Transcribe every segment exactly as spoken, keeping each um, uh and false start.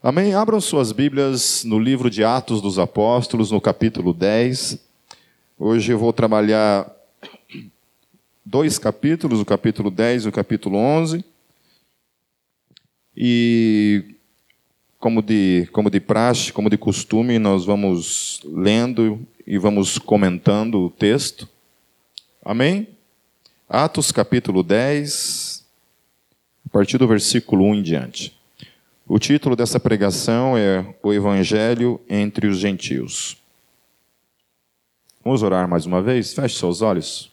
Amém? Abram suas Bíblias no livro de Atos dos Apóstolos, no capítulo dez. Hoje eu vou trabalhar dois capítulos, o capítulo dez e o capítulo onze. E, como de, como de praxe, como de costume, nós vamos lendo e vamos comentando o texto. Amém? Atos capítulo dez, a partir do versículo um em diante. O título dessa pregação é O Evangelho entre os Gentios. Vamos orar mais uma vez? Feche seus olhos.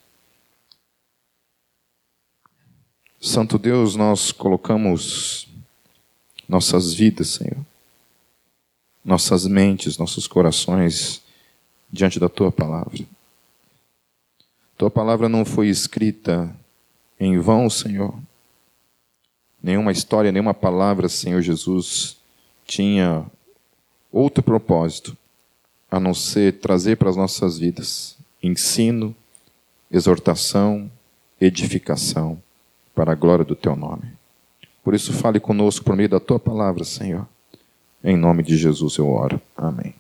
Santo Deus, nós colocamos nossas vidas, Senhor, nossas mentes, nossos corações diante da Tua Palavra. Tua Palavra não foi escrita em vão, Senhor. Nenhuma história, nenhuma palavra, Senhor Jesus, tinha outro propósito a não ser trazer para as nossas vidas ensino, exortação, edificação para a glória do Teu nome. Por isso, fale conosco por meio da Tua Palavra, Senhor. Em nome de Jesus eu oro. Amém.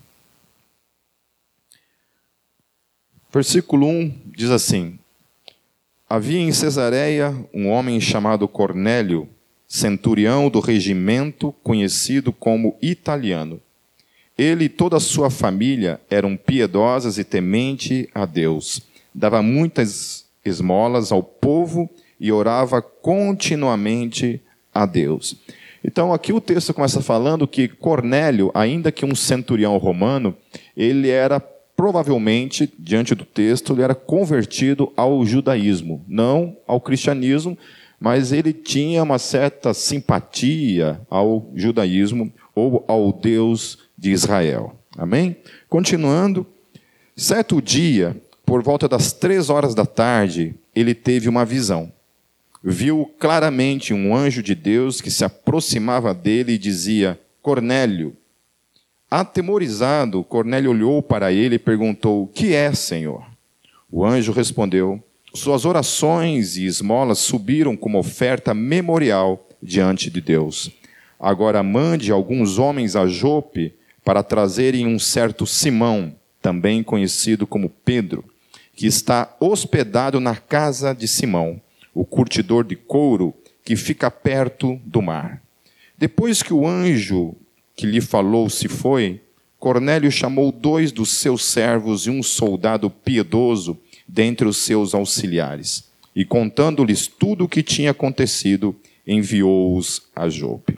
Versículo um diz assim: Havia em Cesareia um homem chamado Cornélio, centurião do regimento, conhecido como Italiano. Ele e toda a sua família eram piedosas e temente a Deus. Dava muitas esmolas ao povo e orava continuamente a Deus. Então, aqui o texto começa falando que Cornélio, ainda que um centurião romano, ele era provavelmente, diante do texto, ele era convertido ao judaísmo, não ao cristianismo, mas ele tinha uma certa simpatia ao judaísmo ou ao Deus de Israel. Amém? Continuando, certo dia, por volta das três horas da tarde, ele teve uma visão. Viu claramente um anjo de Deus que se aproximava dele e dizia: Cornélio. Atemorizado, Cornélio olhou para ele e perguntou: que é, Senhor? O anjo respondeu: suas orações e esmolas subiram como oferta memorial diante de Deus. Agora mande alguns homens a Jope para trazerem um certo Simão, também conhecido como Pedro, que está hospedado na casa de Simão, o curtidor de couro, que fica perto do mar. Depois que o anjo que lhe falou se foi, Cornélio chamou dois dos seus servos e um soldado piedoso dentre os seus auxiliares, e contando-lhes tudo o que tinha acontecido, enviou-os a Jope.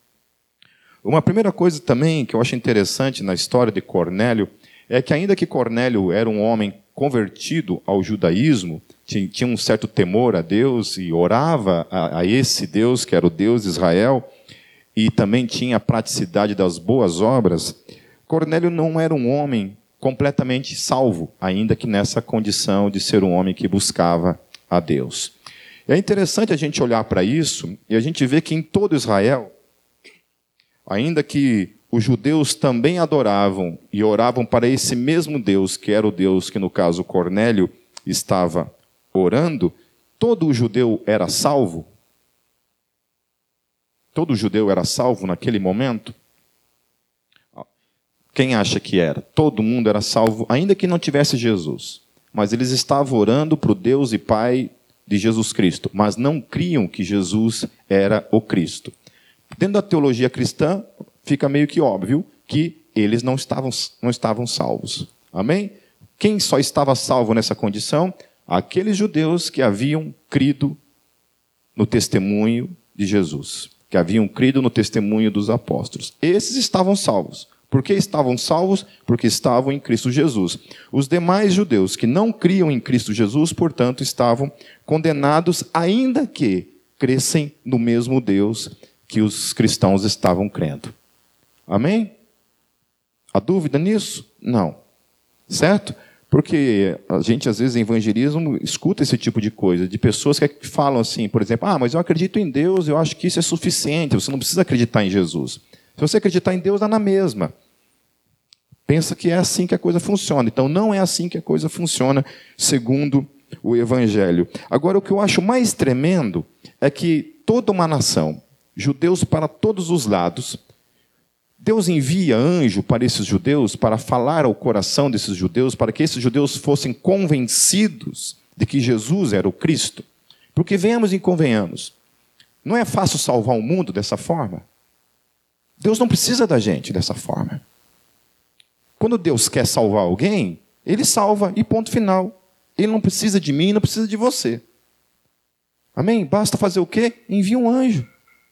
Uma primeira coisa também que eu acho interessante na história de Cornélio é que, ainda que Cornélio era um homem convertido ao judaísmo, tinha um certo temor a Deus e orava a, a esse Deus, que era o Deus de Israel, e também tinha a praticidade das boas obras, Cornélio não era um homem completamente salvo, ainda que nessa condição de ser um homem que buscava a Deus. É interessante a gente olhar para isso e a gente ver que em todo Israel, ainda que os judeus também adoravam e oravam para esse mesmo Deus, que era o Deus que, no caso, Cornélio estava orando, todo judeu era salvo? Todo judeu era salvo naquele momento? Quem acha que era? Todo mundo era salvo, ainda que não tivesse Jesus. Mas eles estavam orando para o Deus e Pai de Jesus Cristo, mas não criam que Jesus era o Cristo. Dentro da teologia cristã, fica meio que óbvio que eles não estavam, não estavam salvos. Amém? Quem só estava salvo nessa condição? Aqueles judeus que haviam crido no testemunho de Jesus, que haviam crido no testemunho dos apóstolos. Esses estavam salvos. Por que estavam salvos? Porque estavam em Cristo Jesus. Os demais judeus que não criam em Cristo Jesus, portanto, estavam condenados, ainda que crescem no mesmo Deus que os cristãos estavam crendo. Amém? Há dúvida nisso? Não. Certo? Porque a gente, às vezes, em evangelismo, escuta esse tipo de coisa, de pessoas que falam assim, por exemplo, ah, mas eu acredito em Deus, eu acho que isso é suficiente, você não precisa acreditar em Jesus. Se você acreditar em Deus, dá na mesma. Pensa que é assim que a coisa funciona. Então, não é assim que a coisa funciona, segundo o Evangelho. Agora, o que eu acho mais tremendo é que toda uma nação, judeus para todos os lados, Deus envia anjo para esses judeus, para falar ao coração desses judeus, para que esses judeus fossem convencidos de que Jesus era o Cristo. Porque venhamos e convenhamos, não é fácil salvar o mundo dessa forma. Deus não precisa da gente dessa forma. Quando Deus quer salvar alguém, Ele salva e ponto final. Ele não precisa de mim, não precisa de você. Amém? Basta fazer o quê? Envia um anjo.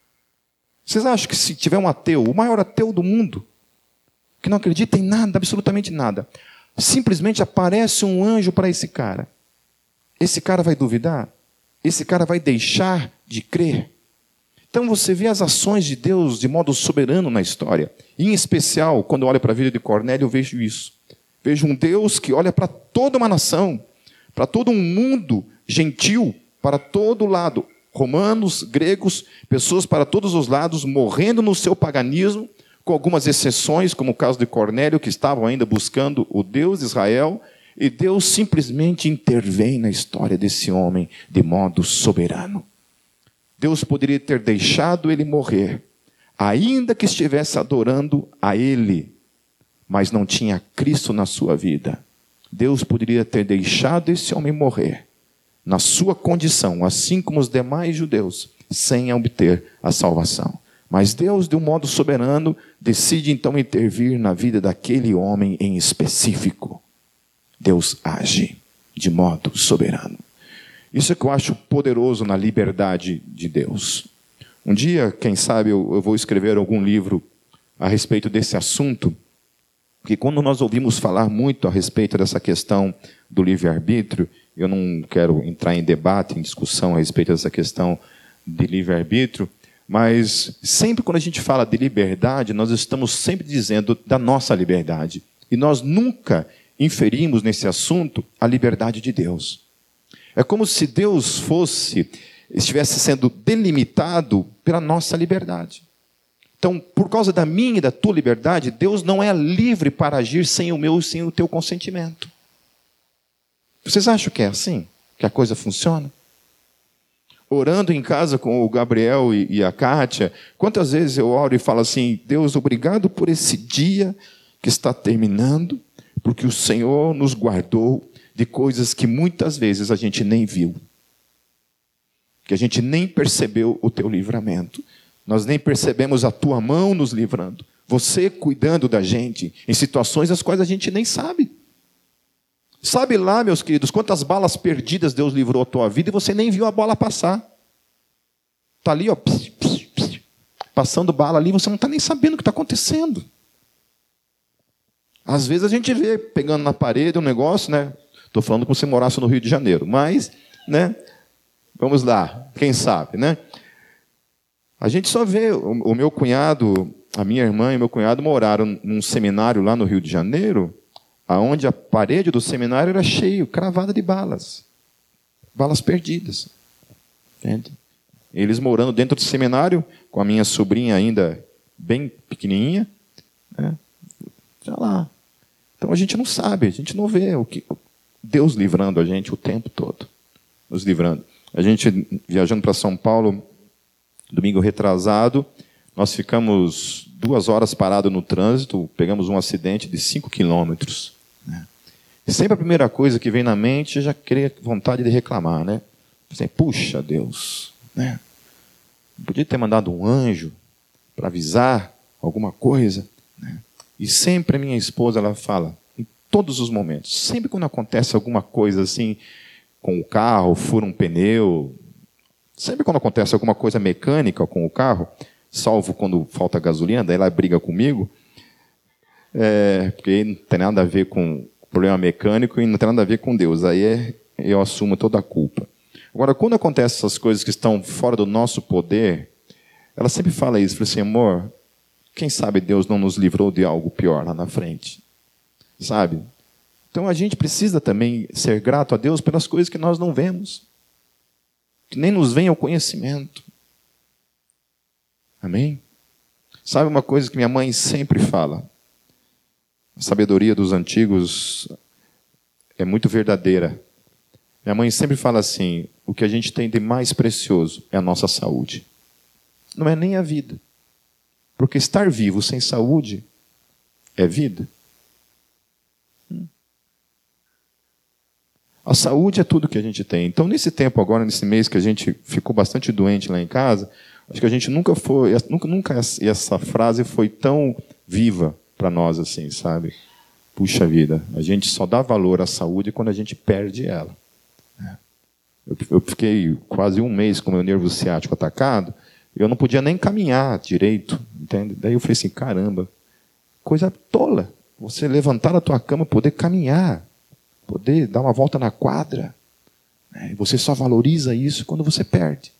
Vocês acham que se tiver um ateu, o maior ateu do mundo, que não acredita em nada, absolutamente nada, simplesmente aparece um anjo para esse cara, esse cara vai duvidar? Esse cara vai deixar de crer? Então você vê as ações de Deus de modo soberano na história. E, em especial, quando eu olho para a vida de Cornélio, eu vejo isso. Vejo um Deus que olha para toda uma nação, para todo um mundo gentil, para todo lado. Romanos, gregos, pessoas para todos os lados, morrendo no seu paganismo, com algumas exceções, como o caso de Cornélio, que estavam ainda buscando o Deus de Israel, e Deus simplesmente intervém na história desse homem de modo soberano. Deus poderia ter deixado ele morrer, ainda que estivesse adorando a ele, mas não tinha Cristo na sua vida. Deus poderia ter deixado esse homem morrer, na sua condição, assim como os demais judeus, sem obter a salvação. Mas Deus, de um modo soberano, decide então intervir na vida daquele homem em específico. Deus age de modo soberano. Isso é que eu acho poderoso na liberdade de Deus. Um dia, quem sabe, eu, eu vou escrever algum livro a respeito desse assunto, porque quando nós ouvimos falar muito a respeito dessa questão do livre-arbítrio, eu não quero entrar em debate, em discussão a respeito dessa questão de livre-arbítrio, mas sempre quando a gente fala de liberdade, nós estamos sempre dizendo da nossa liberdade. E nós nunca inferimos nesse assunto a liberdade de Deus. É como se Deus fosse, estivesse sendo delimitado pela nossa liberdade. Então, por causa da minha e da tua liberdade, Deus não é livre para agir sem o meu e sem o teu consentimento. Vocês acham que é assim? Que a coisa funciona? Orando em casa com o Gabriel e a Kátia, quantas vezes eu oro e falo assim: Deus, obrigado por esse dia que está terminando, porque o Senhor nos guardou de coisas que muitas vezes a gente nem viu, que a gente nem percebeu o teu livramento, nós nem percebemos a tua mão nos livrando, você cuidando da gente em situações as quais a gente nem sabe. Sabe lá, meus queridos, quantas balas perdidas Deus livrou a tua vida e você nem viu a bola passar. Está ali, ó, pss, pss, pss, passando bala ali, você não está nem sabendo o que está acontecendo. Às vezes a gente vê pegando na parede um negócio, né? Estou falando como se morasse no Rio de Janeiro, mas, né? Vamos lá, quem sabe, né? A gente só vê o, o meu cunhado, a minha irmã e meu cunhado moraram num seminário lá no Rio de Janeiro, aonde a parede do seminário era cheia, cravada de balas. Balas perdidas. Entende? Eles morando dentro do seminário, com a minha sobrinha ainda bem pequenininha, né? Já lá. Então a gente não sabe, a gente não vê o que Deus livrando a gente o tempo todo. Nos livrando. A gente, viajando para São Paulo, domingo retrasado, nós ficamos duas horas parados no trânsito, pegamos um acidente de cinco quilômetros. Né? E sempre a primeira coisa que vem na mente é já querer vontade de reclamar, né? Assim, puxa Deus, né? Podia ter mandado um anjo para avisar alguma coisa, né? E sempre a minha esposa, ela fala, em todos os momentos, sempre quando acontece alguma coisa assim, com o carro, fura um pneu, sempre quando acontece alguma coisa mecânica com o carro, salvo quando falta gasolina, daí ela briga comigo, é, porque não tem nada a ver com problema mecânico e não tem nada a ver com Deus, aí é, eu assumo toda a culpa. Agora, quando acontecem essas coisas que estão fora do nosso poder, ela sempre fala isso, fala assim, amor, quem sabe Deus não nos livrou de algo pior lá na frente, sabe? Então a gente precisa também ser grato a Deus pelas coisas que nós não vemos, que nem nos vem ao conhecimento. Amém? Sabe uma coisa que minha mãe sempre fala? A sabedoria dos antigos é muito verdadeira. Minha mãe sempre fala assim, o que a gente tem de mais precioso é a nossa saúde. Não é nem a vida. Porque estar vivo sem saúde é vida. A saúde é tudo que a gente tem. Então, nesse tempo agora, nesse mês que a gente ficou bastante doente lá em casa, acho que a gente nunca foi, nunca, nunca essa frase foi tão viva para nós assim, sabe? Puxa vida, a gente só dá valor à saúde quando a gente perde ela. Eu, eu fiquei quase um mês com o meu nervo ciático atacado, eu não podia nem caminhar direito, entende? Daí eu falei assim, caramba, coisa tola, você levantar da tua cama, poder caminhar, poder dar uma volta na quadra. Né? Você só valoriza isso quando você perde.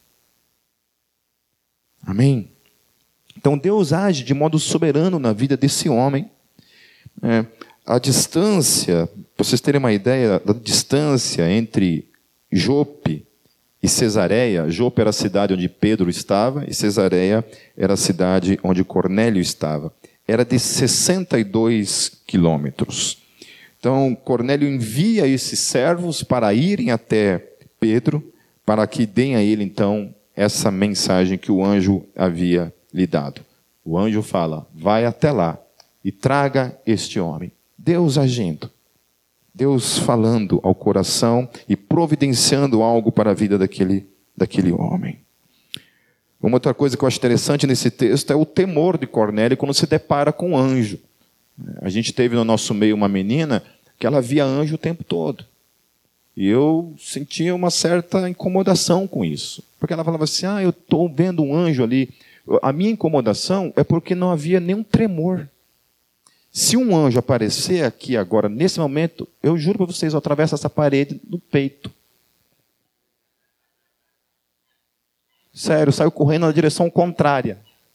Amém? Então Deus age de modo soberano na vida desse homem. É, a distância, para vocês terem uma ideia da distância entre Jope e Cesareia, Jope era a cidade onde Pedro estava e Cesareia era a cidade onde Cornélio estava. Era de sessenta e dois quilômetros. Então, Cornélio envia esses servos para irem até Pedro, para que deem a ele, então, essa mensagem que o anjo havia lhe dado. O anjo fala, vai até lá e traga este homem. Deus agindo. Deus falando ao coração e providenciando algo para a vida daquele, daquele homem. Uma outra coisa que eu acho interessante nesse texto é o temor de Cornélio quando se depara com um anjo. A gente teve no nosso meio uma menina que ela via anjo o tempo todo. E eu sentia uma certa incomodação com isso. Porque ela falava assim, ah, eu estou vendo um anjo ali. A minha incomodação é porque não havia nenhum tremor. Se um anjo aparecer aqui agora, nesse momento, eu juro para vocês, eu atravesso essa parede no peito. Sério, eu saio correndo na direção contrária.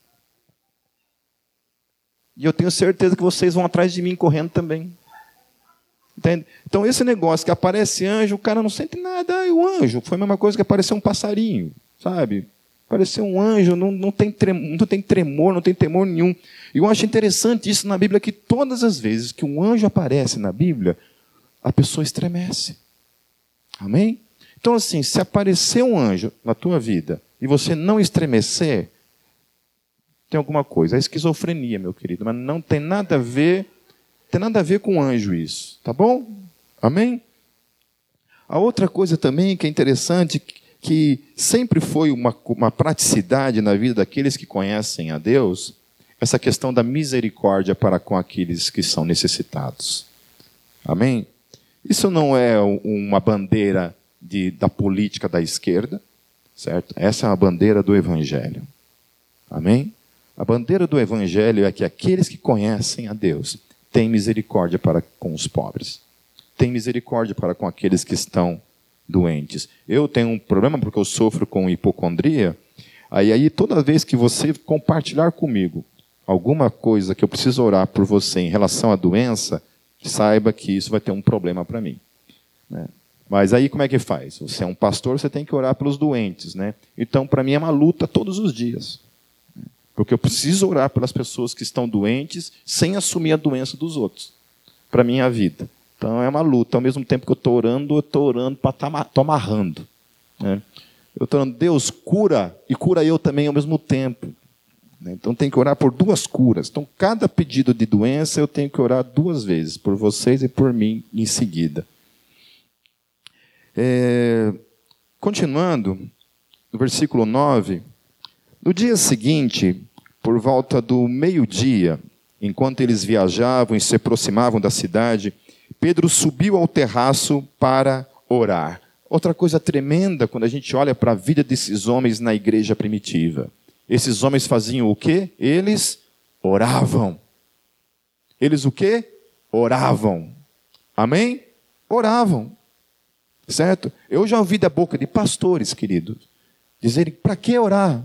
E eu tenho certeza que vocês vão atrás de mim correndo também. Entende? Então, esse negócio que aparece anjo, o cara não sente nada. Ah, o anjo foi a mesma coisa que apareceu um passarinho, sabe? Apareceu um anjo, não, não, tem tremor, não tem tremor, não tem temor nenhum. E eu acho interessante isso na Bíblia, que todas as vezes que um anjo aparece na Bíblia, a pessoa estremece. Amém? Então, assim, se aparecer um anjo na tua vida e você não estremecer, tem alguma coisa. É esquizofrenia, meu querido, mas não tem nada a ver, tem nada a ver com anjo isso, tá bom? Amém? A outra coisa também que é interessante, que sempre foi uma, uma praticidade na vida daqueles que conhecem a Deus, essa questão da misericórdia para com aqueles que são necessitados. Amém? Isso não é uma bandeira de, da política da esquerda, certo? Essa é a bandeira do Evangelho. Amém? A bandeira do Evangelho é que aqueles que conhecem a Deus têm misericórdia para com os pobres. Têm misericórdia para com aqueles que estão doentes. Eu tenho um problema porque eu sofro com hipocondria. Aí, aí toda vez que você compartilhar comigo alguma coisa que eu preciso orar por você em relação à doença, saiba que isso vai ter um problema para mim. Né? Mas aí como é que faz? Você é um pastor, você tem que orar pelos doentes. Né? Então, para mim, é uma luta todos os dias. Porque eu preciso orar pelas pessoas que estão doentes sem assumir a doença dos outros. Para a minha vida. Então é uma luta. Ao mesmo tempo que eu estou orando, eu estou orando para estar tá amarrando. Né? Eu estou orando, Deus, cura, e cura eu também ao mesmo tempo. Né? Então tem que orar por duas curas. Então cada pedido de doença eu tenho que orar duas vezes, por vocês e por mim em seguida. É... Continuando, no versículo nove... No dia seguinte, por volta do meio-dia, enquanto eles viajavam e se aproximavam da cidade, Pedro subiu ao terraço para orar. Outra coisa tremenda quando a gente olha para a vida desses homens na igreja primitiva. Esses homens faziam o quê? Eles oravam. Eles o quê? Oravam. Amém? Oravam. Certo? Eu já ouvi da boca de pastores, queridos, dizerem, para que orar?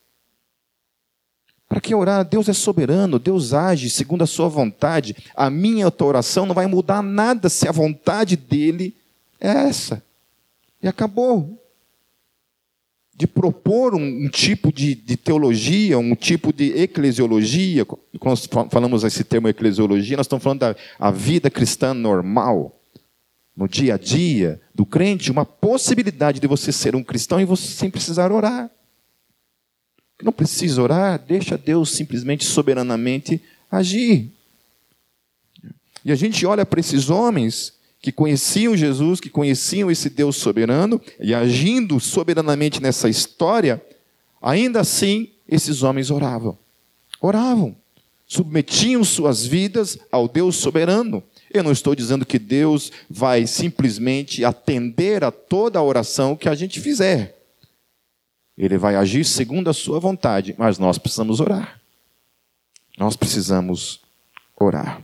Para que orar? Deus é soberano, Deus age segundo a sua vontade. A minha oração não vai mudar nada se a vontade dele é essa. E acabou. De propor um, um tipo de, de teologia, um tipo de eclesiologia. Quando nós falamos esse termo eclesiologia, nós estamos falando da a vida cristã normal. No dia a dia do crente, uma possibilidade de você ser um cristão e você sem precisar orar. Não precisa orar, deixa Deus simplesmente, soberanamente agir. E a gente olha para esses homens que conheciam Jesus, que conheciam esse Deus soberano, e agindo soberanamente nessa história, ainda assim, esses homens oravam. Oravam. Submetiam suas vidas ao Deus soberano. Eu não estou dizendo que Deus vai simplesmente atender a toda a oração que a gente fizer. Ele vai agir segundo a sua vontade, mas nós precisamos orar. Nós precisamos orar.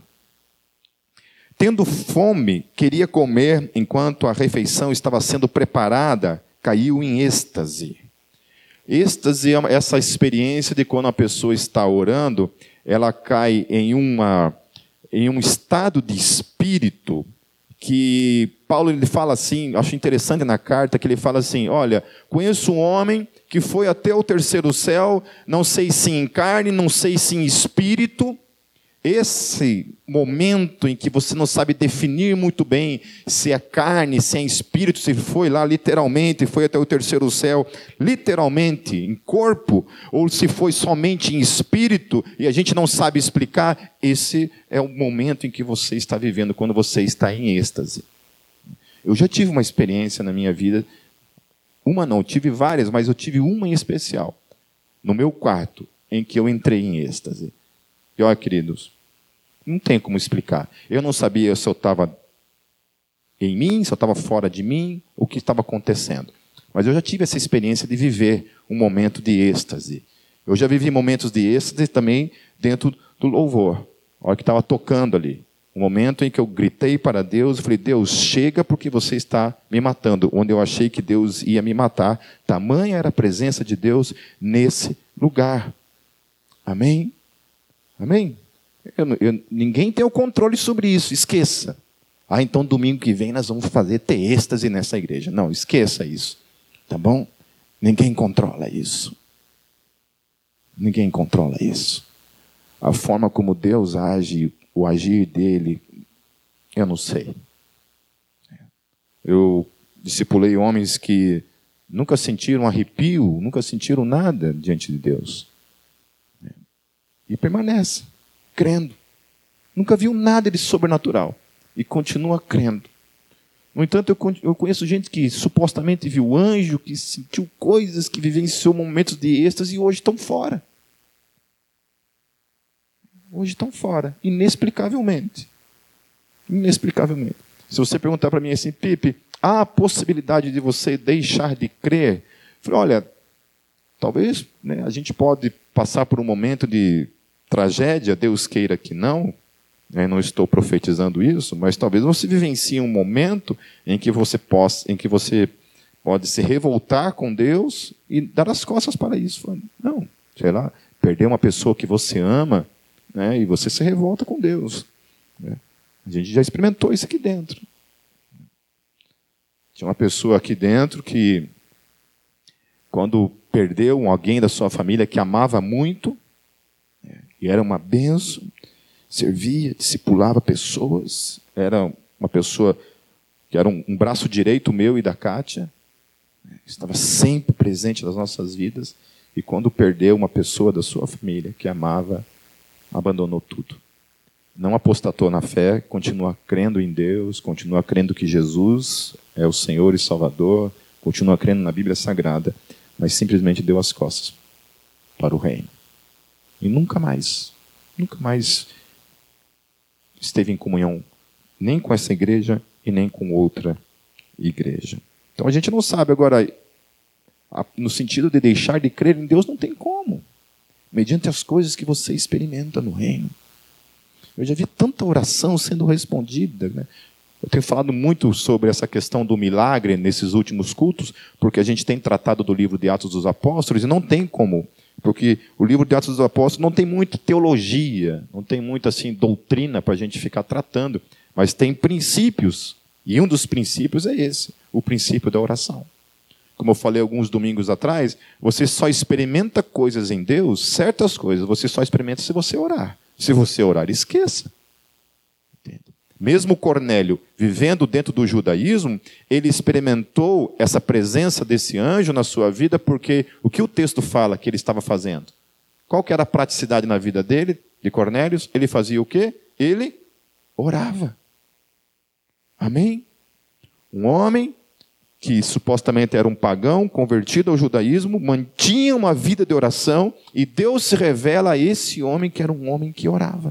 Tendo fome, queria comer enquanto a refeição estava sendo preparada, caiu em êxtase. Êxtase é essa experiência de quando a pessoa está orando, ela cai em, uma, em um estado de espírito que Paulo ele fala assim, acho interessante na carta, que ele fala assim, olha, conheço um homem que foi até o terceiro céu, não sei se em carne, não sei se em espírito. Esse momento em que você não sabe definir muito bem se é carne, se é espírito, se foi lá literalmente, foi até o terceiro céu, literalmente, em corpo, ou se foi somente em espírito, e a gente não sabe explicar, esse é o momento em que você está vivendo, quando você está em êxtase. Eu já tive uma experiência na minha vida, uma não, tive várias, mas eu tive uma em especial, no meu quarto, em que eu entrei em êxtase. E olha, queridos, não tem como explicar. Eu não sabia se eu estava em mim, se eu estava fora de mim, o que estava acontecendo. Mas eu já tive essa experiência de viver um momento de êxtase. Eu já vivi momentos de êxtase também dentro do louvor. A hora que estava tocando ali. Um momento em que eu gritei para Deus, e falei, Deus, chega porque você está me matando. Onde eu achei que Deus ia me matar. Tamanha era a presença de Deus nesse lugar. Amém? Amém? Eu, eu, ninguém tem o controle sobre isso, esqueça. Ah, então domingo que vem nós vamos fazer ter êxtase nessa igreja. Não, esqueça isso, tá bom? Ninguém controla isso. Ninguém controla isso. A forma como Deus age, o agir dele, eu não sei. Eu discipulei homens que nunca sentiram arrepio, nunca sentiram nada diante de Deus. E permanece crendo. Nunca viu nada de sobrenatural. E continua crendo. No entanto, eu conheço gente que supostamente viu anjo, que sentiu coisas, que vivenciou momentos de êxtase e hoje estão fora. Hoje estão fora. Inexplicavelmente. Inexplicavelmente. Se você perguntar para mim assim, Pipe, há a possibilidade de você deixar de crer? Eu falei, olha, talvez né, a gente pode passar por um momento de tragédia, Deus queira que não, eu não estou profetizando isso, mas talvez você vivencie um momento em que você possa, em que você pode se revoltar com Deus e dar as costas para isso. Não, sei lá, perder uma pessoa que você ama, né, e você se revolta com Deus. Né? A gente já experimentou isso aqui dentro. Tinha uma pessoa aqui dentro que, quando perdeu alguém da sua família que amava muito, e era uma bênção, servia, discipulava pessoas, era uma pessoa que era um, um braço direito meu e da Kátia, estava sempre presente nas nossas vidas, e quando perdeu uma pessoa da sua família que amava, abandonou tudo. Não apostatou na fé, continua crendo em Deus, continua crendo que Jesus é o Senhor e Salvador, continua crendo na Bíblia Sagrada, mas simplesmente deu as costas para o reino. E nunca mais, nunca mais esteve em comunhão nem com essa igreja e nem com outra igreja. Então a gente não sabe agora, no sentido de deixar de crer em Deus, não tem como. Mediante as coisas que você experimenta no reino. Eu já vi tanta oração sendo respondida, né? Eu tenho falado muito sobre essa questão do milagre nesses últimos cultos, porque a gente tem tratado do livro de Atos dos Apóstolos e não tem como. Porque o livro de Atos dos Apóstolos não tem muito teologia, não tem muita assim, doutrina para a gente ficar tratando, mas tem princípios, e um dos princípios é esse, o princípio da oração. Como eu falei alguns domingos atrás, você só experimenta coisas em Deus, certas coisas, você só experimenta se você orar. Se você orar, esqueça. Entende? Mesmo Cornélio, vivendo dentro do judaísmo, ele experimentou essa presença desse anjo na sua vida, porque o que o texto fala que ele estava fazendo? Qual que era a praticidade na vida dele, de Cornélio? Ele fazia o quê? Ele orava. Amém? Um homem que supostamente era um pagão, convertido ao judaísmo, mantinha uma vida de oração, e Deus se revela a esse homem que era um homem que orava.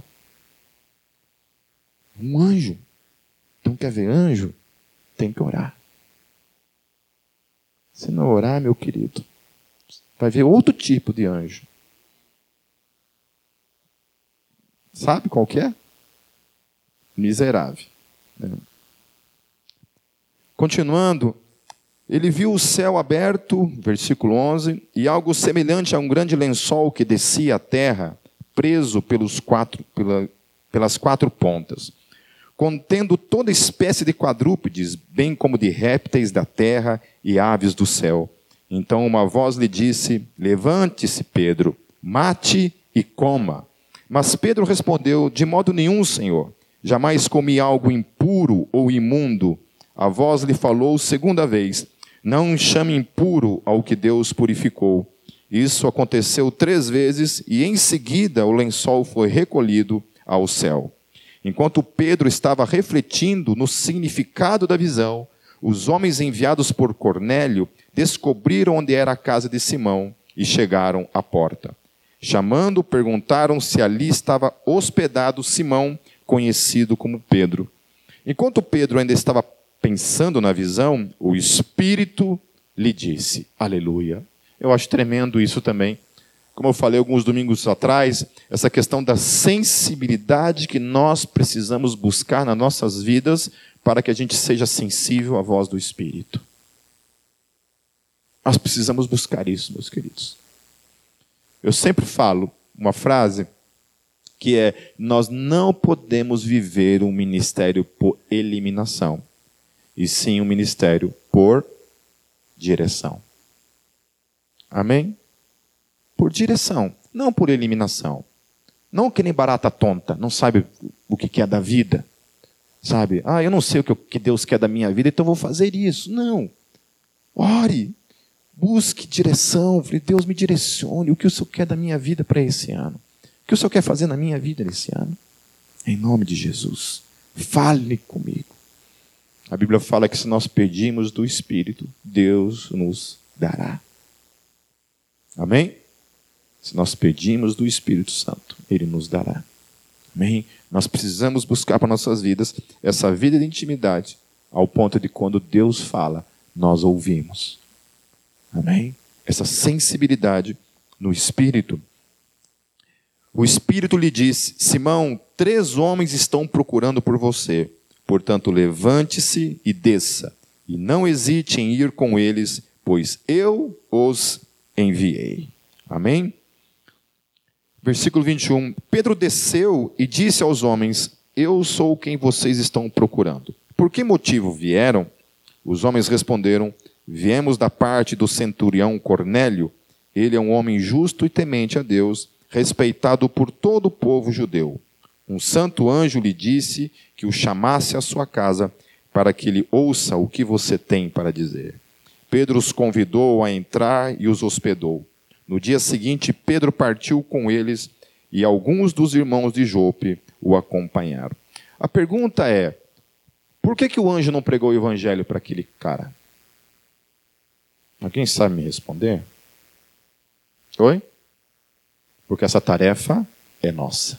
Um anjo. Então quer ver anjo? Tem que orar. Se não orar, meu querido, vai ver outro tipo de anjo. Sabe qual que é? Miserável. Continuando, ele viu o céu aberto, versículo onze, e algo semelhante a um grande lençol que descia à terra, preso pelos quatro, pela, pelas quatro pontas, contendo toda espécie de quadrúpedes, bem como de répteis da terra e aves do céu. Então uma voz lhe disse: levante-se, Pedro, mate e coma. Mas Pedro respondeu: de modo nenhum, Senhor, jamais comi algo impuro ou imundo. A voz lhe falou segunda vez: não chame impuro ao que Deus purificou. Isso aconteceu três vezes, e em seguida o lençol foi recolhido ao céu. Enquanto Pedro estava refletindo no significado da visão, os homens enviados por Cornélio descobriram onde era a casa de Simão e chegaram à porta. Chamando, perguntaram se ali estava hospedado Simão, conhecido como Pedro. Enquanto Pedro ainda estava pensando na visão, o Espírito lhe disse: aleluia. Eu acho tremendo isso também. Como eu falei alguns domingos atrás, essa questão da sensibilidade que nós precisamos buscar nas nossas vidas para que a gente seja sensível à voz do Espírito. Nós precisamos buscar isso, meus queridos. Eu sempre falo uma frase que é: nós não podemos viver um ministério por eliminação, e sim um ministério por direção. Amém? Por direção, não por eliminação. Não que nem barata tonta, não sabe o que é da vida. Sabe? Ah, eu não sei o que Deus quer da minha vida, então vou fazer isso. Não. Ore. Busque direção. Deus, me direcione. O que o Senhor quer da minha vida para esse ano? O que o Senhor quer fazer na minha vida nesse ano? Em nome de Jesus. Fale comigo. A Bíblia fala que se nós pedimos do Espírito, Deus nos dará. Amém? Se nós pedimos do Espírito Santo, Ele nos dará. Amém? Nós precisamos buscar para nossas vidas essa vida de intimidade, ao ponto de quando Deus fala, nós ouvimos. Amém? Essa sensibilidade no Espírito. O Espírito lhe disse: Simão, três homens estão procurando por você. Portanto, levante-se e desça, e não hesite em ir com eles, pois eu os enviei. Amém? Versículo vinte e um. Pedro desceu e disse aos homens: eu sou quem vocês estão procurando. Por que motivo vieram? Os homens responderam: viemos da parte do centurião Cornélio. Ele é um homem justo e temente a Deus, respeitado por todo o povo judeu. Um santo anjo lhe disse que o chamasse à sua casa para que ele ouça o que você tem para dizer. Pedro os convidou a entrar e os hospedou. No dia seguinte, Pedro partiu com eles e alguns dos irmãos de Jope o acompanharam. A pergunta é: por que que o anjo não pregou o evangelho para aquele cara? Alguém sabe me responder? Oi? Porque essa tarefa é nossa.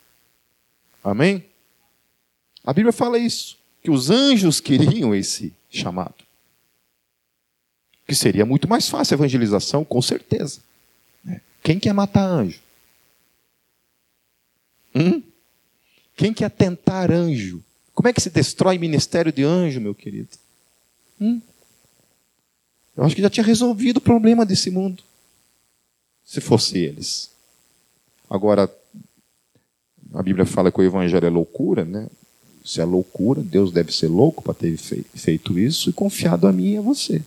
Amém? A Bíblia fala isso, que os anjos queriam esse chamado. Que seria muito mais fácil a evangelização, com certeza. Quem quer matar anjo? Hum? Quem quer tentar anjo? Como é que se destrói ministério de anjo, meu querido? Hum? Eu acho que já tinha resolvido o problema desse mundo, se fosse eles. Agora, a Bíblia fala que o evangelho é loucura, né? Se é loucura, Deus deve ser louco para ter feito isso e confiado a mim e a você.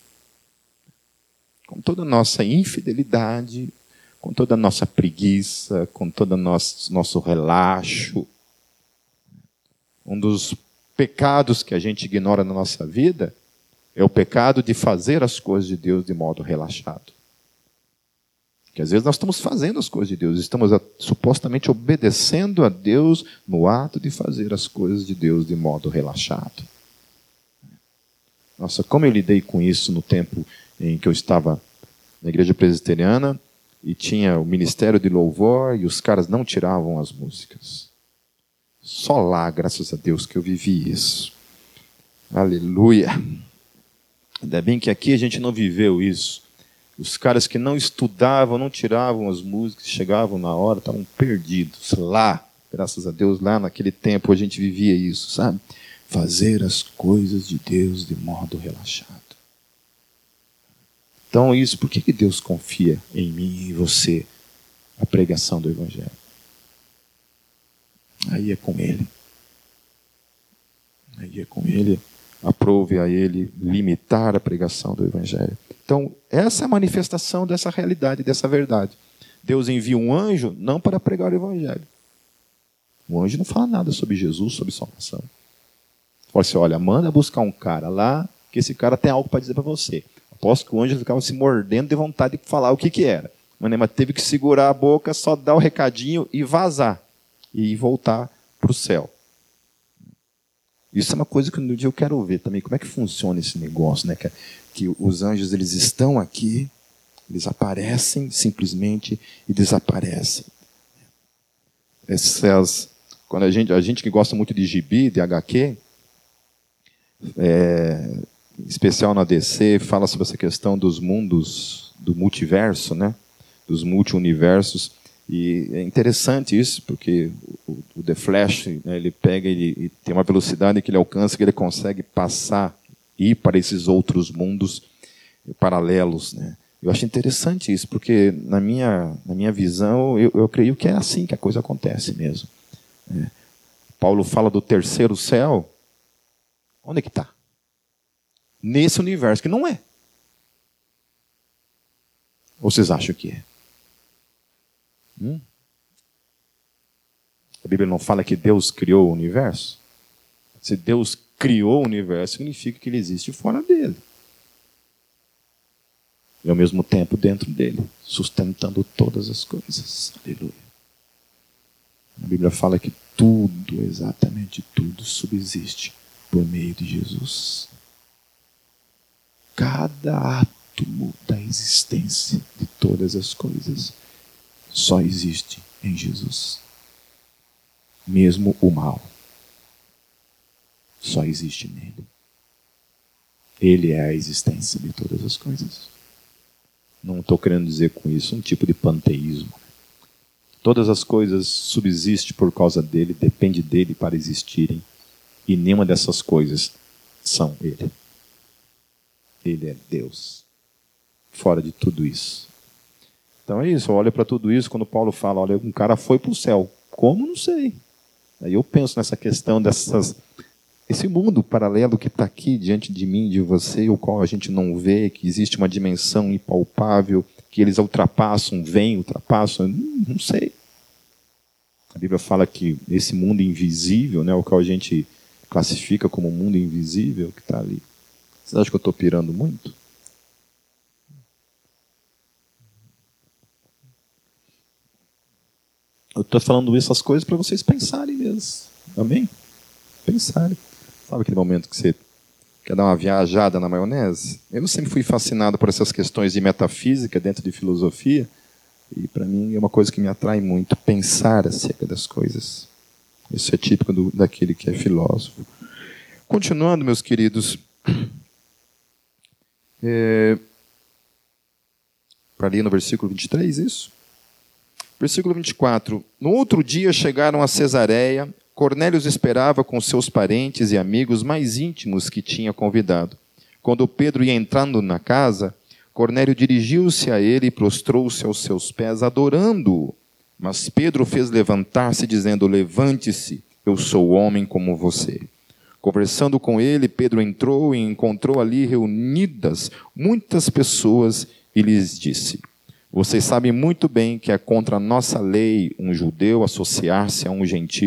Com toda a nossa infidelidade, com toda a nossa preguiça, com todo o nosso, nosso relaxo, um dos pecados que a gente ignora na nossa vida é o pecado de fazer as coisas de Deus de modo relaxado. Porque às vezes nós estamos fazendo as coisas de Deus, estamos a, supostamente obedecendo a Deus no ato de fazer as coisas de Deus de modo relaxado. Nossa, como eu lidei com isso no tempo em que eu estava na igreja presbiteriana e tinha o ministério de louvor e os caras não tiravam as músicas. Só lá, graças a Deus, que eu vivi isso. Aleluia. Ainda bem que aqui a gente não viveu isso. Os caras que não estudavam, não tiravam as músicas, chegavam na hora, estavam perdidos. Lá, graças a Deus, lá naquele tempo a gente vivia isso, sabe? Fazer as coisas de Deus de modo relaxado. Então, isso, por que Deus confia em mim e em você a pregação do Evangelho? Aí é com Ele. Aí é com Ele. Aprove a Ele limitar a pregação do Evangelho. Então, essa é a manifestação dessa realidade, dessa verdade. Deus envia um anjo não para pregar o Evangelho. O anjo não fala nada sobre Jesus, sobre salvação. Fala assim, olha, manda buscar um cara lá, que esse cara tem algo para dizer para você. Aposto que o anjo ficava se mordendo de vontade de falar o que, que era. Mas teve que segurar a boca, só dar o recadinho e vazar. E voltar para o céu. Isso é uma coisa que no dia eu quero ver também. Como é que funciona esse negócio, né? Que, que os anjos eles estão aqui, eles aparecem simplesmente e desaparecem. Essas, quando a gente, a gente que gosta muito de gibi, de agá quê, é, em especial na dê cê, fala sobre essa questão dos mundos, do multiverso, né? Dos multi-universos. E é interessante isso, porque o, o The Flash, né, ele pega ele, e tem uma velocidade que ele alcança, que ele consegue passar, ir para esses outros mundos paralelos. Né? Eu acho interessante isso, porque na minha, na minha visão, eu, eu creio que é assim que a coisa acontece mesmo. É. Paulo fala do terceiro céu. Onde é que está? Nesse universo, que não é. Ou vocês acham que é? Hum? A Bíblia não fala que Deus criou o universo? Se Deus criou o universo, significa que ele existe fora dele. E ao mesmo tempo dentro dele, sustentando todas as coisas. Aleluia. A Bíblia fala que tudo, exatamente tudo, subsiste por meio de Jesus. Cada átomo da existência de todas as coisas só existe em Jesus. Mesmo o mal só existe nele. Ele é a existência de todas as coisas. Não estou querendo dizer com isso um tipo de panteísmo. Todas as coisas subsistem por causa dele, depende dele para existirem. E nenhuma dessas coisas são ele. Ele é Deus. Fora de tudo isso. Então é isso, olha para tudo isso, quando Paulo fala, olha, um cara foi para o céu. Como? Não sei. Aí eu penso nessa questão dessas... Esse mundo paralelo que está aqui diante de mim, de você, o qual a gente não vê, que existe uma dimensão impalpável, que eles ultrapassam, vêm, ultrapassam, não, não sei. A Bíblia fala que esse mundo invisível, né, o qual a gente classifica como mundo invisível, que está ali. Vocês acham que eu estou pirando muito? Eu estou falando essas coisas para vocês pensarem mesmo. Amém? Pensarem. Sabe aquele momento que você quer dar uma viajada na maionese? Eu sempre fui fascinado por essas questões de metafísica dentro de filosofia. E para mim é uma coisa que me atrai muito, pensar acerca das coisas. Isso é típico do, daquele que é filósofo. Continuando, meus queridos. É, para ler no versículo vinte e três, isso? Versículo vinte e quatro. No outro dia chegaram a Cesareia. Cornélio os esperava com seus parentes e amigos mais íntimos que tinha convidado. Quando Pedro ia entrando na casa, Cornélio dirigiu-se a ele e prostrou-se aos seus pés, adorando-o. Mas Pedro fez levantar-se, dizendo, levante-se, eu sou homem como você. Conversando com ele, Pedro entrou e encontrou ali reunidas muitas pessoas e lhes disse, vocês sabem muito bem que é contra a nossa lei um judeu associar-se a um gentil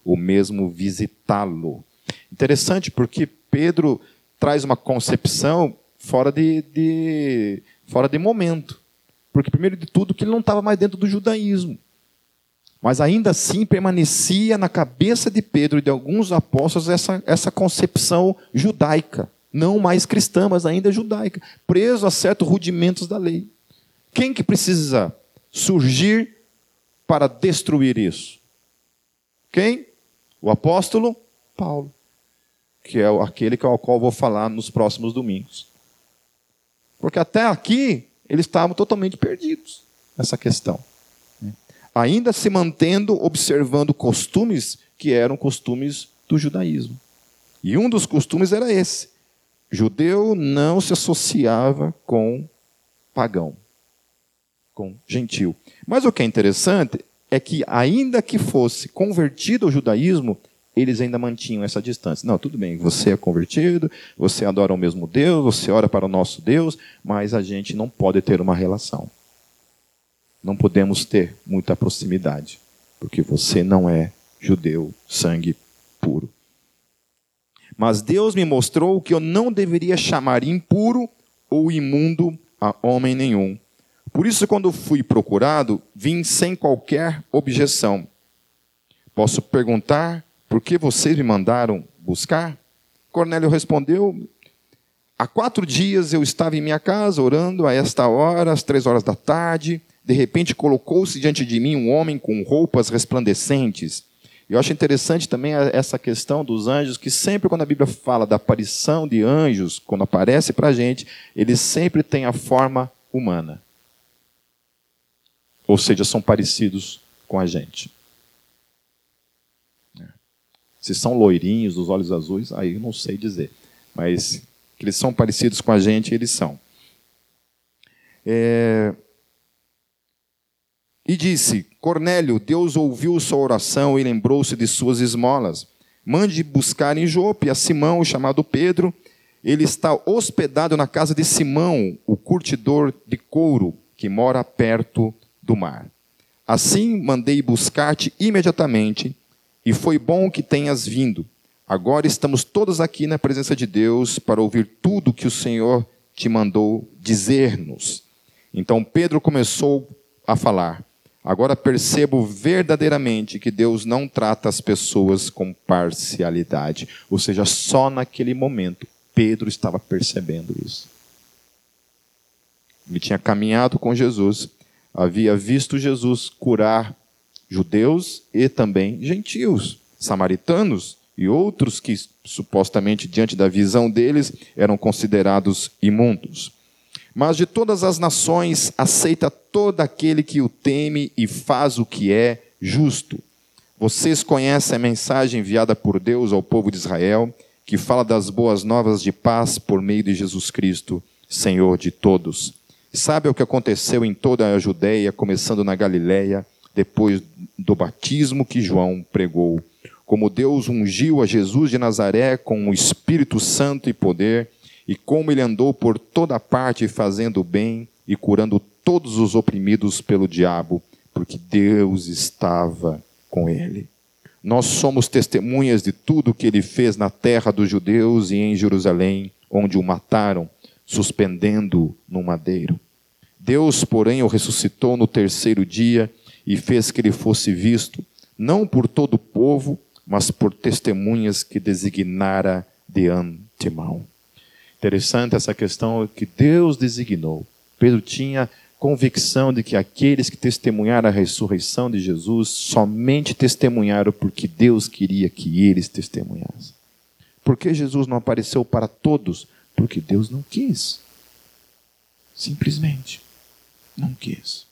o mesmo visitá-lo. Interessante, porque Pedro traz uma concepção fora de, de, fora de momento. Porque, primeiro de tudo, que ele não estava mais dentro do judaísmo. Mas ainda assim permanecia na cabeça de Pedro e de alguns apóstolos essa, essa concepção judaica. Não mais cristã, mas ainda judaica. Preso a certos rudimentos da lei. Quem que precisa surgir para destruir isso? Quem? O apóstolo Paulo. Que é aquele ao qual eu vou falar nos próximos domingos. Porque até aqui eles estavam totalmente perdidos nessa questão. Ainda se mantendo, observando costumes que eram costumes do judaísmo. E um dos costumes era esse. Judeu não se associava com pagão, com gentil. Mas o que é interessante é que, ainda que fosse convertido ao judaísmo, eles ainda mantinham essa distância. Não, tudo bem, você é convertido, você adora o mesmo Deus, você ora para o nosso Deus, mas a gente não pode ter uma relação. Não podemos ter muita proximidade, porque você não é judeu, sangue puro. Mas Deus me mostrou que eu não deveria chamar impuro ou imundo a homem nenhum. Por isso, quando fui procurado, vim sem qualquer objeção. Posso perguntar por que vocês me mandaram buscar? Cornélio respondeu: há quatro dias eu estava em minha casa orando a esta hora, às três horas da tarde. De repente colocou-se diante de mim um homem com roupas resplandecentes. Eu acho interessante também essa questão dos anjos, que sempre quando a Bíblia fala da aparição de anjos, quando aparece para a gente, eles sempre têm a forma humana. Ou seja, são parecidos com a gente. Se são loirinhos, dos olhos azuis, aí eu não sei dizer. Mas que eles são parecidos com a gente, eles são. É... E disse: Cornélio, Deus ouviu sua oração e lembrou-se de suas esmolas. Mande buscar em Jope a Simão, chamado Pedro. Ele está hospedado na casa de Simão, o curtidor de couro, que mora perto do mar. Assim mandei buscar-te imediatamente, e foi bom que tenhas vindo. Agora estamos todos aqui na presença de Deus para ouvir tudo que o Senhor te mandou dizer-nos. Então Pedro começou a falar: agora percebo verdadeiramente que Deus não trata as pessoas com parcialidade. Ou seja, só naquele momento Pedro estava percebendo isso. Ele tinha caminhado com Jesus, havia visto Jesus curar judeus e também gentios, samaritanos e outros que supostamente, diante da visão deles, eram considerados imundos. Mas de todas as nações aceita todo aquele que o teme e faz o que é justo. Vocês conhecem a mensagem enviada por Deus ao povo de Israel, que fala das boas novas de paz por meio de Jesus Cristo, Senhor de todos. Sabe o que aconteceu em toda a Judeia, começando na Galileia, depois do batismo que João pregou. Como Deus ungiu a Jesus de Nazaré com o Espírito Santo e poder, e como ele andou por toda parte fazendo o bem e curando todos os oprimidos pelo diabo, porque Deus estava com ele. Nós somos testemunhas de tudo que ele fez na terra dos judeus e em Jerusalém, onde o mataram, suspendendo-o no madeiro. Deus, porém, o ressuscitou no terceiro dia e fez que ele fosse visto, não por todo o povo, mas por testemunhas que designara de antemão. Interessante essa questão que Deus designou. Pedro tinha convicção de que aqueles que testemunharam a ressurreição de Jesus somente testemunharam porque Deus queria que eles testemunhassem. Por que Jesus não apareceu para todos? Porque Deus não quis. Simplesmente não quis.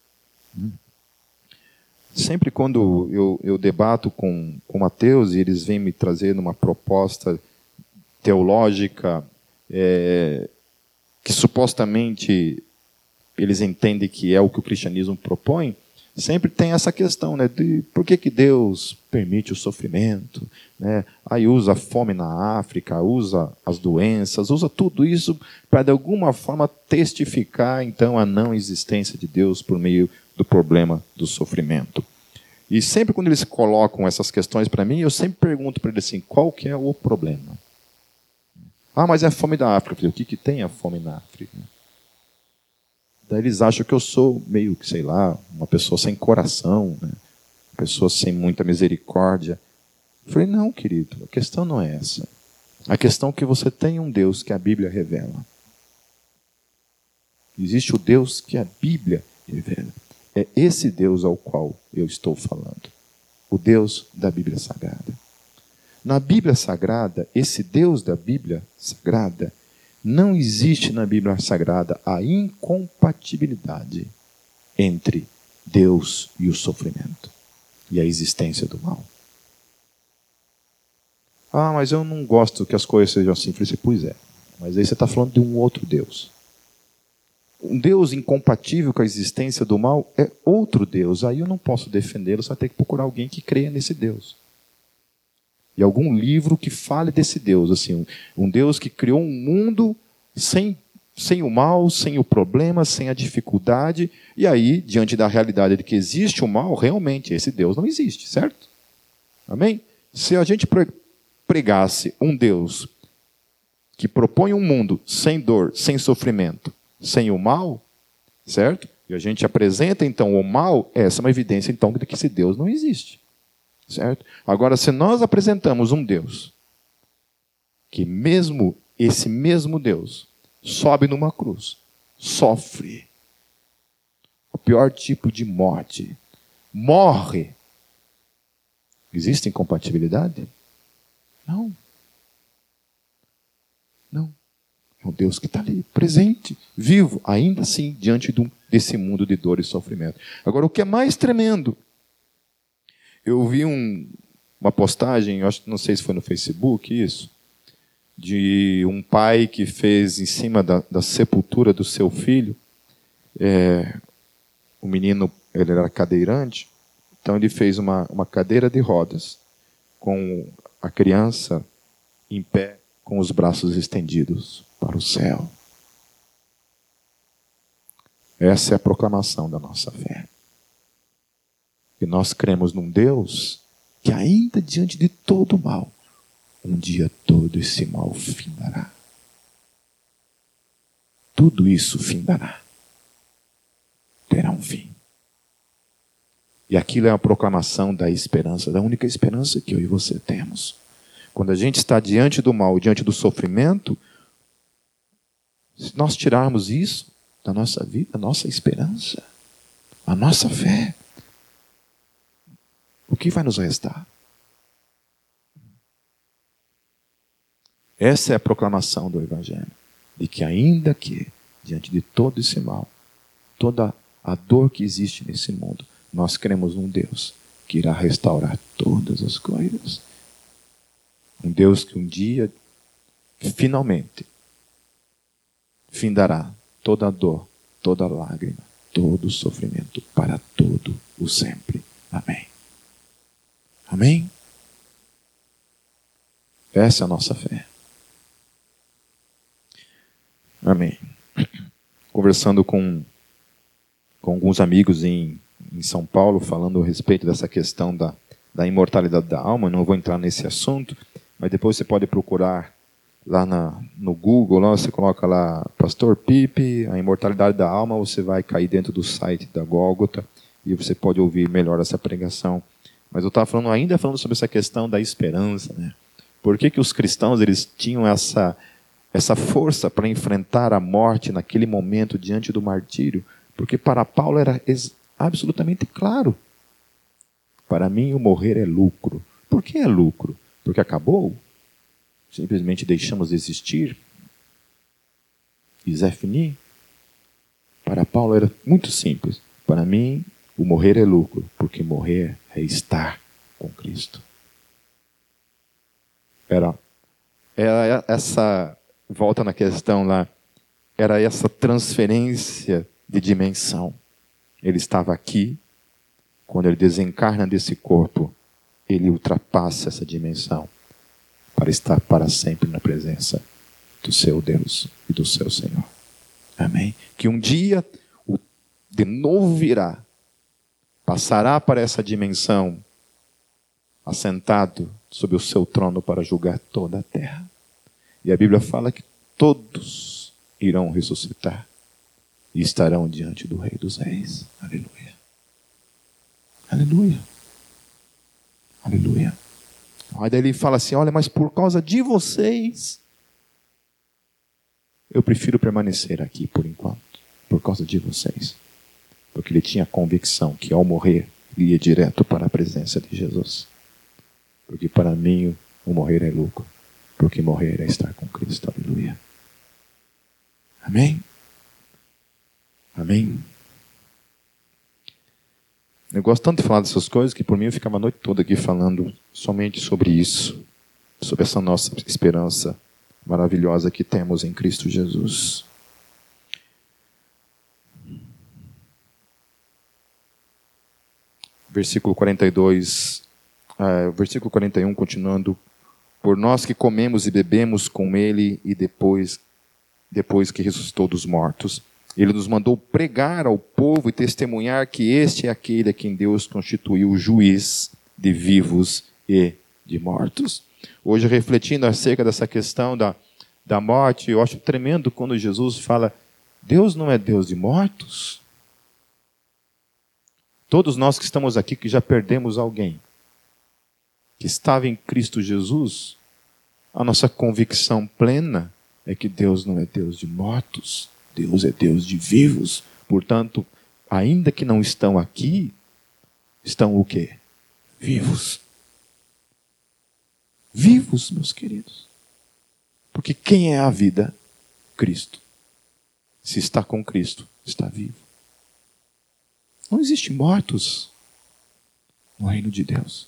Sempre quando eu, eu debato com, com ateus e eles vêm me trazer uma proposta teológica é, que supostamente eles entendem que é o que o cristianismo propõe, sempre tem essa questão, né, de por que, que Deus permite o sofrimento, né? Aí usa a fome na África, usa as doenças, usa tudo isso para de alguma forma testificar então a não existência de Deus por meio do problema do sofrimento. E sempre quando eles colocam essas questões para mim, eu sempre pergunto para eles assim, qual que é o problema? Ah, mas é a fome da África. Eu falei, o que, que tem a fome na África? Daí eles acham que eu sou meio, sei lá, uma pessoa sem coração, né? Uma pessoa sem muita misericórdia. Eu falei, não, querido, a questão não é essa. A questão é que você tem um Deus que a Bíblia revela. Existe o Deus que a Bíblia revela. É esse Deus ao qual eu estou falando. O Deus da Bíblia Sagrada. Na Bíblia Sagrada, esse Deus da Bíblia Sagrada, não existe na Bíblia Sagrada a incompatibilidade entre Deus e o sofrimento e a existência do mal. Ah, mas eu não gosto que as coisas sejam assim. Eu falei, pois é, mas aí você está falando de um outro Deus. Um Deus incompatível com a existência do mal é outro Deus. Aí eu não posso defendê-lo, você vai ter que procurar alguém que creia nesse Deus. E algum livro que fale desse Deus. Assim, um Deus que criou um mundo sem, sem o mal, sem o problema, sem a dificuldade. E aí, diante da realidade de que existe o mal, realmente esse Deus não existe, certo? Amém? Se a gente pregasse um Deus que propõe um mundo sem dor, sem sofrimento, sem o mal, certo? E a gente apresenta então o mal, essa é uma evidência então de que esse Deus não existe, certo? Agora, se nós apresentamos um Deus, que mesmo esse mesmo Deus sobe numa cruz, sofre o pior tipo de morte, morre, existe incompatibilidade? Não. Não. É um Deus que está ali, presente, vivo, ainda assim, diante desse mundo de dor e sofrimento. Agora, o que é mais tremendo, eu vi um, uma postagem, eu acho, não sei se foi no Facebook, isso, de um pai que fez em cima da, da sepultura do seu filho, é, o menino, ele era cadeirante, então ele fez uma, uma cadeira de rodas, com a criança em pé, com os braços estendidos para o céu. Essa é a proclamação da nossa fé. E nós cremos num Deus que ainda diante de todo o mal, um dia todo esse mal findará. Tudo isso findará. Terá um fim. E aquilo é a proclamação da esperança, da única esperança que eu e você temos. Quando a gente está diante do mal, diante do sofrimento, se nós tirarmos isso da nossa vida, a nossa esperança, a nossa fé, o que vai nos restar? Essa é a proclamação do Evangelho, de que ainda que, diante de todo esse mal, toda a dor que existe nesse mundo, nós cremos num Deus que irá restaurar todas as coisas. Um Deus que um dia, finalmente, findará toda a dor, toda a lágrima, todo o sofrimento, para todo o sempre. Amém. Amém? Essa é a nossa fé. Amém. Conversando com, com alguns amigos em, em São Paulo, falando a respeito dessa questão da, da imortalidade da alma, não vou entrar nesse assunto, mas depois você pode procurar lá na, no Google, lá você coloca lá Pastor Pipe, a imortalidade da alma, você vai cair dentro do site da Gólgota e você pode ouvir melhor essa pregação. Mas eu estava falando, ainda falando sobre essa questão da esperança, né? Por que que os cristãos eles tinham essa, essa força para enfrentar a morte naquele momento diante do martírio? Porque para Paulo era absolutamente claro. Para mim o morrer é lucro. Por que é lucro? Porque acabou? Simplesmente deixamos de existir? Is fini? Para Paulo era muito simples. Para mim, o morrer é lucro, porque morrer é estar com Cristo. Era, era essa, volta na questão lá, era essa transferência de dimensão. Ele estava aqui, quando ele desencarna desse corpo, ele ultrapassa essa dimensão para estar para sempre na presença do seu Deus e do seu Senhor. Amém? Que um dia de novo virá passará para essa dimensão, assentado sobre o seu trono para julgar toda a terra. E a Bíblia fala que todos irão ressuscitar e estarão diante do Rei dos Reis. Aleluia. Aleluia. Aleluia. Aí daí ele fala assim, olha, mas por causa de vocês, eu prefiro permanecer aqui por enquanto, por causa de vocês. Porque ele tinha a convicção que ao morrer, ele ia direto para a presença de Jesus. Porque para mim, o morrer é lucro. Porque morrer é estar com Cristo. Aleluia. Amém? Amém? Eu gosto tanto de falar dessas coisas que por mim eu ficava a noite toda aqui falando somente sobre isso. Sobre essa nossa esperança maravilhosa que temos em Cristo Jesus. Versículo quarenta e dois, uh, versículo quarenta e um, continuando. Por nós que comemos e bebemos com Ele e depois, depois que ressuscitou dos mortos, Ele nos mandou pregar ao povo e testemunhar que este é aquele a quem Deus constituiu juiz de vivos e de mortos. Hoje, refletindo acerca dessa questão da, da morte, eu acho tremendo quando Jesus fala, Deus não é Deus de mortos? Todos nós que estamos aqui, que já perdemos alguém, que estava em Cristo Jesus, a nossa convicção plena é que Deus não é Deus de mortos, Deus é Deus de vivos. Portanto, ainda que não estão aqui, estão o quê? Vivos. Vivos, meus queridos. Porque quem é a vida? Cristo. Se está com Cristo, está vivo. Não existe mortos no reino de Deus.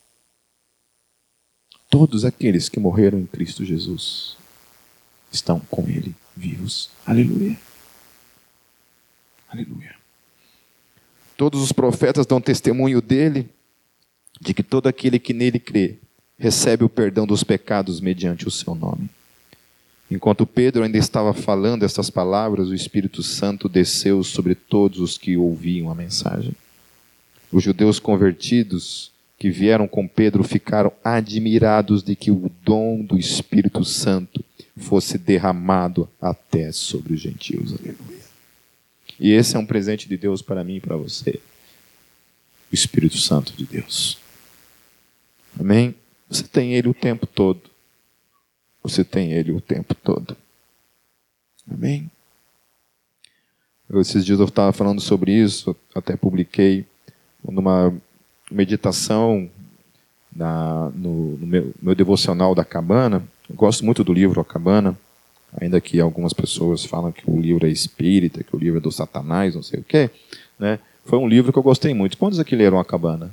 Todos aqueles que morreram em Cristo Jesus estão com Ele vivos. Aleluia. Aleluia. Todos os profetas dão testemunho dele, de que todo aquele que nele crê recebe o perdão dos pecados mediante o seu nome. Enquanto Pedro ainda estava falando estas palavras, o Espírito Santo desceu sobre todos os que ouviam a mensagem. Os judeus convertidos que vieram com Pedro ficaram admirados de que o dom do Espírito Santo fosse derramado até sobre os gentios. Aleluia. E esse é um presente de Deus para mim e para você. O Espírito Santo de Deus. Amém? Você tem Ele o tempo todo. Você tem Ele o tempo todo. Amém? Eu, esses dias eu estava falando sobre isso, até publiquei numa meditação na, no, no meu, meu devocional da Cabana. Eu gosto muito do livro A Cabana, ainda que algumas pessoas falam que o livro é espírita, que o livro é do Satanás, não sei o quê, né? Foi um livro que eu gostei muito. Quantos aqui leram A Cabana?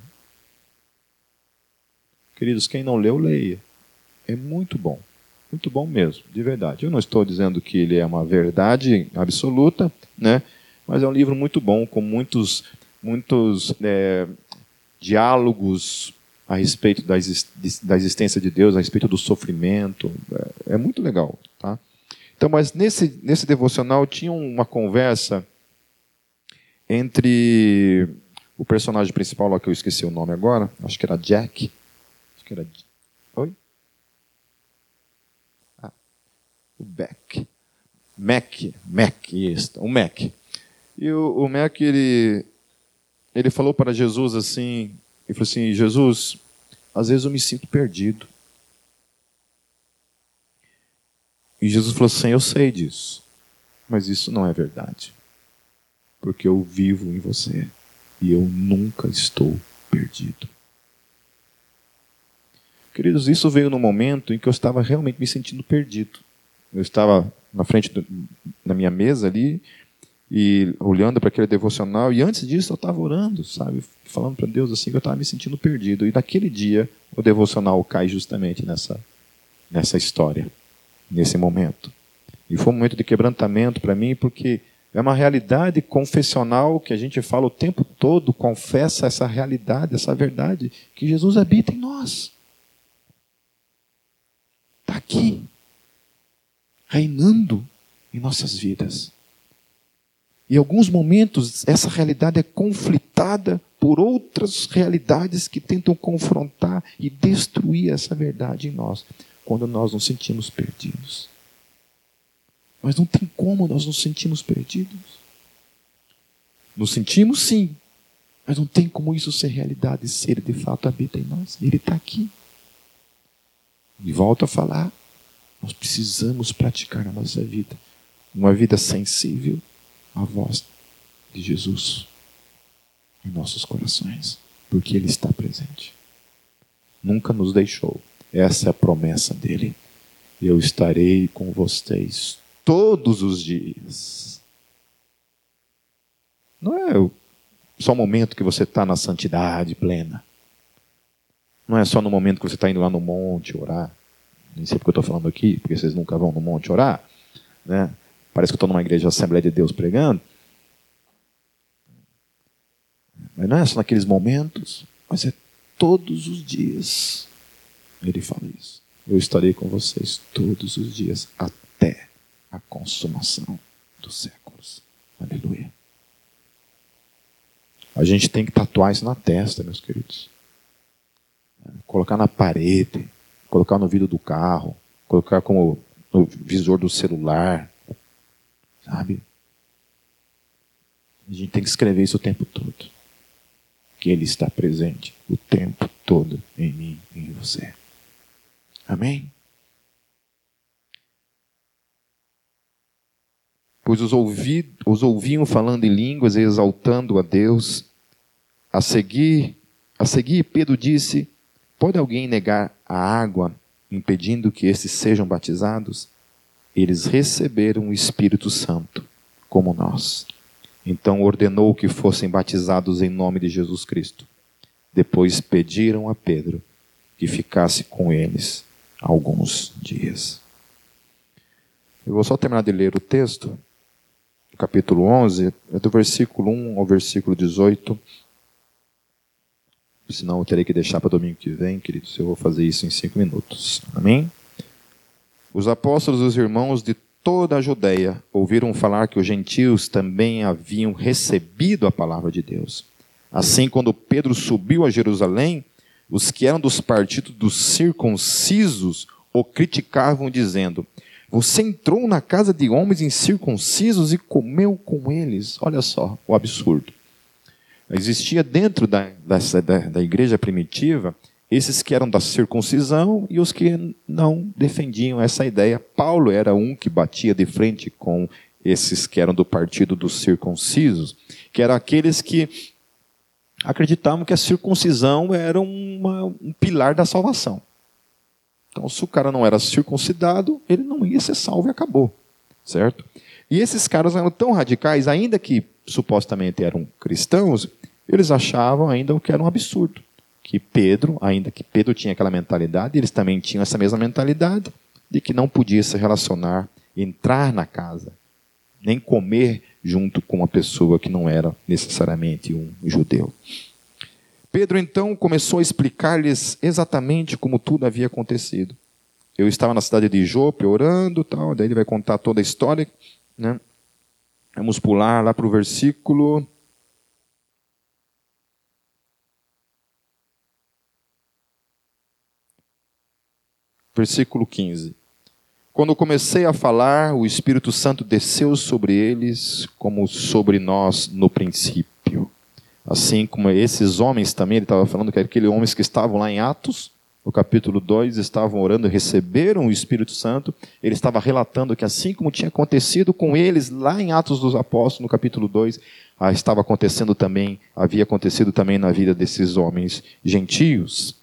Queridos, quem não leu, leia. É muito bom. Muito bom mesmo, de verdade. Eu não estou dizendo que ele é uma verdade absoluta, né? Mas é um livro muito bom, com muitos, muitos é, diálogos a respeito da, da existência de Deus, a respeito do sofrimento. É, é muito legal. Tá? Então, mas nesse, nesse devocional tinha uma conversa entre o personagem principal, lá que eu esqueci o nome agora, acho que era Jack. Acho que era... Oi? O Beck. Mac, Mac, isso, o Mac. E o, o Mac, ele, ele falou para Jesus assim, ele falou assim, Jesus, às vezes eu me sinto perdido. E Jesus falou assim, eu sei disso, mas isso não é verdade. Porque eu vivo em você e eu nunca estou perdido. Queridos, isso veio no momento em que eu estava realmente me sentindo perdido. Eu estava na frente do, na minha mesa ali, e olhando para aquele devocional, e antes disso eu estava orando, sabe, falando para Deus assim que eu estava me sentindo perdido. E naquele dia o devocional cai justamente nessa, nessa história, nesse momento. E foi um momento de quebrantamento para mim, porque é uma realidade confessional que a gente fala o tempo todo, confessa essa realidade, essa verdade, que Jesus habita em nós. Está aqui, reinando em nossas vidas. E em alguns momentos essa realidade é conflitada por outras realidades que tentam confrontar e destruir essa verdade em nós, quando nós nos sentimos perdidos. Mas não tem como nós nos sentimos perdidos. Nos sentimos sim, mas não tem como isso ser realidade se Ele de fato habita em nós. Ele está aqui. E volto a falar, nós precisamos praticar na nossa vida uma vida sensível à voz de Jesus em nossos corações, porque Ele está presente. Nunca nos deixou. Essa é a promessa dele. Eu estarei com vocês todos os dias. Não é só o momento que você está na santidade plena. Não é só no momento que você está indo lá no monte orar. Nem sei porque eu estou falando aqui, porque vocês nunca vão no monte orar, né? Parece que eu estou numa igreja Assembleia de Deus pregando. Mas não é só naqueles momentos, mas é todos os dias. Ele fala isso. Eu estarei com vocês todos os dias, até a consumação dos séculos. Aleluia. A gente tem que tatuar isso na testa, meus queridos. Colocar na parede, colocar no vidro do carro, colocar como no visor do celular, sabe? A gente tem que escrever isso o tempo todo. Que Ele está presente o tempo todo em mim e em você. Amém? Pois os, ouvi, os ouviam falando em línguas e exaltando a Deus. A seguir, a seguir Pedro disse: pode alguém negar a água, impedindo que estes sejam batizados? Eles receberam o Espírito Santo, como nós. Então ordenou que fossem batizados em nome de Jesus Cristo. Depois pediram a Pedro que ficasse com eles alguns dias. Eu vou só terminar de ler o texto, capítulo onze, é do versículo um ao versículo dezoito. Senão eu terei que deixar para domingo que vem, queridos. Eu vou fazer isso em cinco minutos. Amém? Os apóstolos e os irmãos de toda a Judeia ouviram falar que os gentios também haviam recebido a palavra de Deus. Assim, quando Pedro subiu a Jerusalém, os que eram dos partidos dos circuncisos o criticavam, dizendo: você entrou na casa de homens incircuncisos e comeu com eles. Olha só o absurdo. Existia dentro da, dessa, da, da igreja primitiva esses que eram da circuncisão e os que não defendiam essa ideia. Paulo era um que batia de frente com esses que eram do partido dos circuncisos, que eram aqueles que acreditavam que a circuncisão era uma, um pilar da salvação. Então, se o cara não era circuncidado, ele não ia ser salvo e acabou, certo? E esses caras eram tão radicais, ainda que supostamente eram cristãos, eles achavam ainda o que era um absurdo. Que Pedro, ainda que Pedro tinha aquela mentalidade, eles também tinham essa mesma mentalidade de que não podia se relacionar, entrar na casa, nem comer junto com uma pessoa que não era necessariamente um judeu. Pedro então começou a explicar-lhes exatamente como tudo havia acontecido. Eu estava na cidade de Jope orando, tal, daí ele vai contar toda a história, né? Vamos pular lá para o versículo... Versículo quinze. Quando comecei a falar, o Espírito Santo desceu sobre eles, como sobre nós no princípio. Assim como esses homens também, ele estava falando que aqueles homens que estavam lá em Atos, no capítulo dois, estavam orando e receberam o Espírito Santo. Ele estava relatando que assim como tinha acontecido com eles lá em Atos dos Apóstolos, no capítulo dois, ah, estava acontecendo também, havia acontecido também na vida desses homens gentios.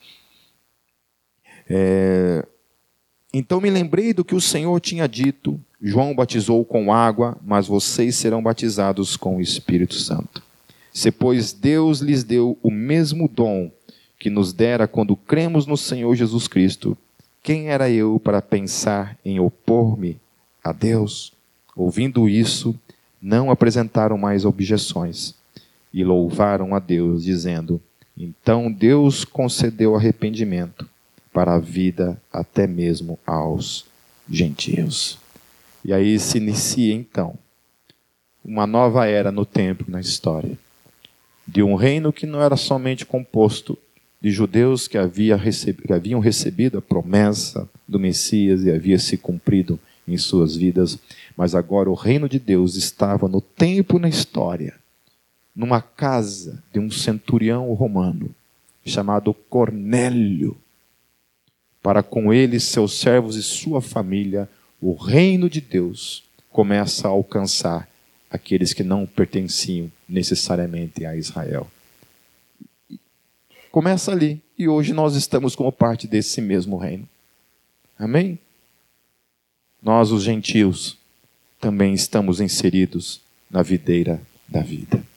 É... Então me lembrei do que o Senhor tinha dito: João batizou com água, mas vocês serão batizados com o Espírito Santo. Se, pois, Deus lhes deu o mesmo dom que nos dera quando cremos no Senhor Jesus Cristo, quem era eu para pensar em opor-me a Deus? Ouvindo isso, não apresentaram mais objeções e louvaram a Deus, dizendo: então Deus concedeu arrependimento para a vida até mesmo aos gentios. E aí se inicia então uma nova era no tempo, na história. De um reino que não era somente composto de judeus que, havia recebido, que haviam recebido a promessa do Messias e havia se cumprido em suas vidas, mas agora o reino de Deus estava no tempo, na história, numa casa de um centurião romano, chamado Cornélio, para com ele, seus servos e sua família, o reino de Deus começa a alcançar aqueles que não pertenciam necessariamente a Israel. Começa ali, e hoje nós estamos como parte desse mesmo reino. Amém? Nós, os gentios, também estamos inseridos na videira da vida.